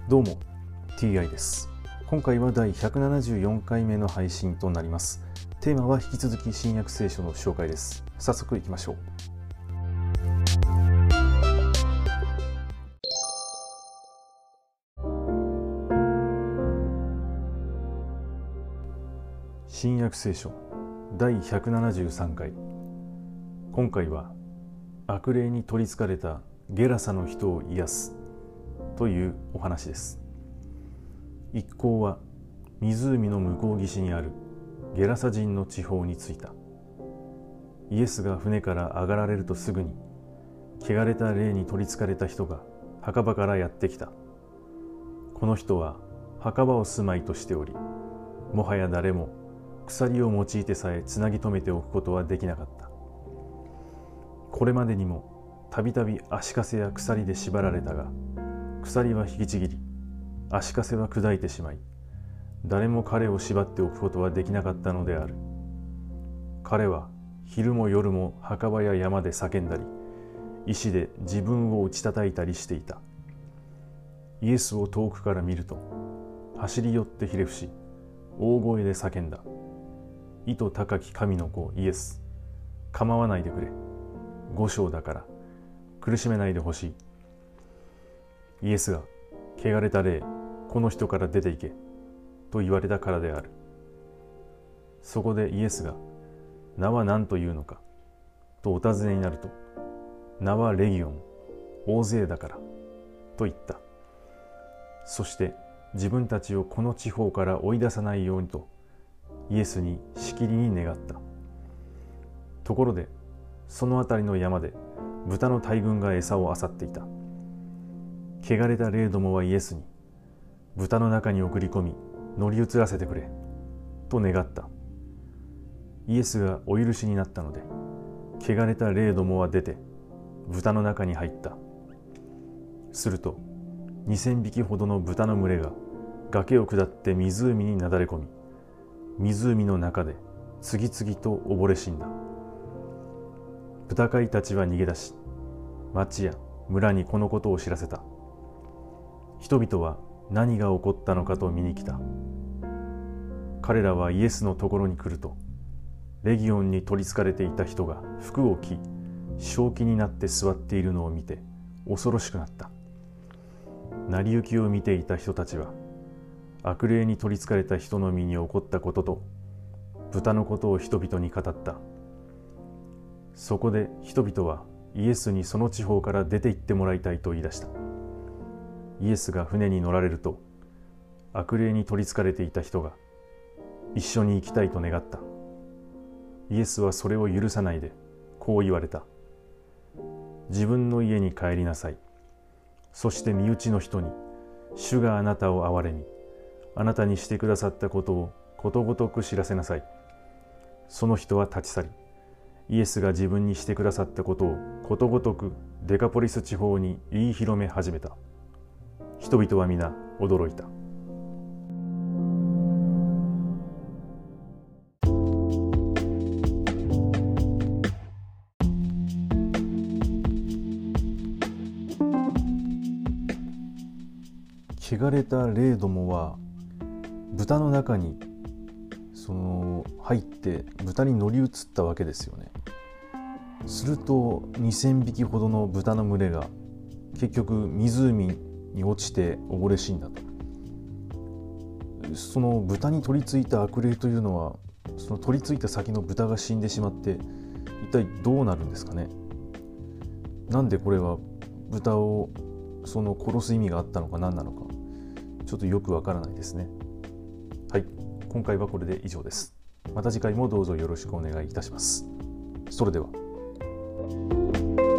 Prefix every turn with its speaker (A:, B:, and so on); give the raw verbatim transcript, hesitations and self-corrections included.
A: どうも ティーアイ です。今回はだいひゃくななじゅうよんかいめの配信となります。テーマは引き続き新約聖書の紹介です。早速いきましょう。新約聖書だいひゃくななじゅうさんかい。今回は悪霊に取りつかれたゲラサの人を癒すというお話です。一行は湖の向こう岸にあるゲラサ人の地方に着いた。イエスが船から上がられるとすぐに、汚れた霊に取りつかれた人が墓場からやってきた。この人は墓場を住まいとしており、もはや誰も鎖を用いてさえつなぎ止めておくことはできなかった。これまでにもたびたび足かせや鎖で縛られたが、鎖は引きちぎり、足かせは砕いてしまい、誰も彼を縛っておくことはできなかったのである。彼は昼も夜も墓場や山で叫んだり、石で自分を打ち叩いたりしていた。イエスを遠くから見ると、走り寄ってひれ伏し、大声で叫んだ。意図高き神の子イエス、構わないでくれ。五章だから苦しめないでほしい。イエスが、汚れた霊、この人から出て行けと言われたからである。そこでイエスが、名は何というのかとお尋ねになると、名はレギオン、大勢だからと言った。そして自分たちをこの地方から追い出さないようにとイエスにしきりに願った。ところでそのあたりの山で豚の大群が餌を漁っていた。汚れた霊どもはイエスに、豚の中に送り込み乗り移らせてくれと願った。イエスがお許しになったので、汚れた霊どもは出て豚の中に入った。すると二千匹ほどの豚の群れが崖を下って湖になだれ込み、湖の中で次々と溺れ死んだ。豚飼いたちは逃げ出し、町や村にこのことを知らせた。人々は何が起こったのかと見に来た。彼らはイエスのところに来ると、レギオンに取りつかれていた人が服を着、正気になって座っているのを見て恐ろしくなった。成り行きを見ていた人たちは、悪霊に取りつかれた人の身に起こったことと豚のことを人々に語った。そこで人々はイエスにその地方から出て行ってもらいたいと言い出した。イエスが船に乗られると、悪霊に取りつかれていた人が一緒に行きたいと願った。イエスはそれを許さないでこう言われた。自分の家に帰りなさい。そして身内の人に、主があなたを憐れみ、あなたにしてくださったことをことごとく知らせなさい。その人は立ち去り、イエスが自分にしてくださったことをことごとくデカポリス地方に言い広め始めた。人々は皆驚いた。汚れた霊どもは豚の中にその入って豚に乗り移ったわけですよね。するとにせんびきほどの豚の群れが結局湖に落ちて溺れ死んだと。その豚に取り付いた悪霊というのは、その取り付いた先の豚が死んでしまって一体どうなるんですかね。なんでこれは豚をその殺す意味があったのか何なのか、ちょっとよくわからないですね。はい、今回はこれで以上です。また次回もどうぞよろしくお願いいたします。それでは。